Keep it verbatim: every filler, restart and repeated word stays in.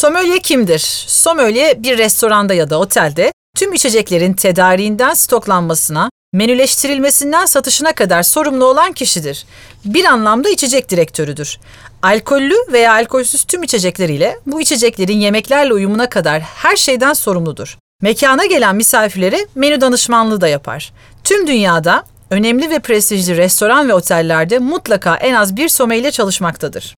Sommelier kimdir? Sommelier bir restoranda ya da otelde tüm içeceklerin tedariğinden stoklanmasına, menüleştirilmesinden satışına kadar sorumlu olan kişidir. Bir anlamda içecek direktörüdür. Alkollü veya alkolsüz tüm içecekleriyle bu içeceklerin yemeklerle uyumuna kadar her şeyden sorumludur. Mekana gelen misafirlere menü danışmanlığı da yapar. Tüm dünyada önemli ve prestijli restoran ve otellerde mutlaka en az bir sommelier çalışmaktadır.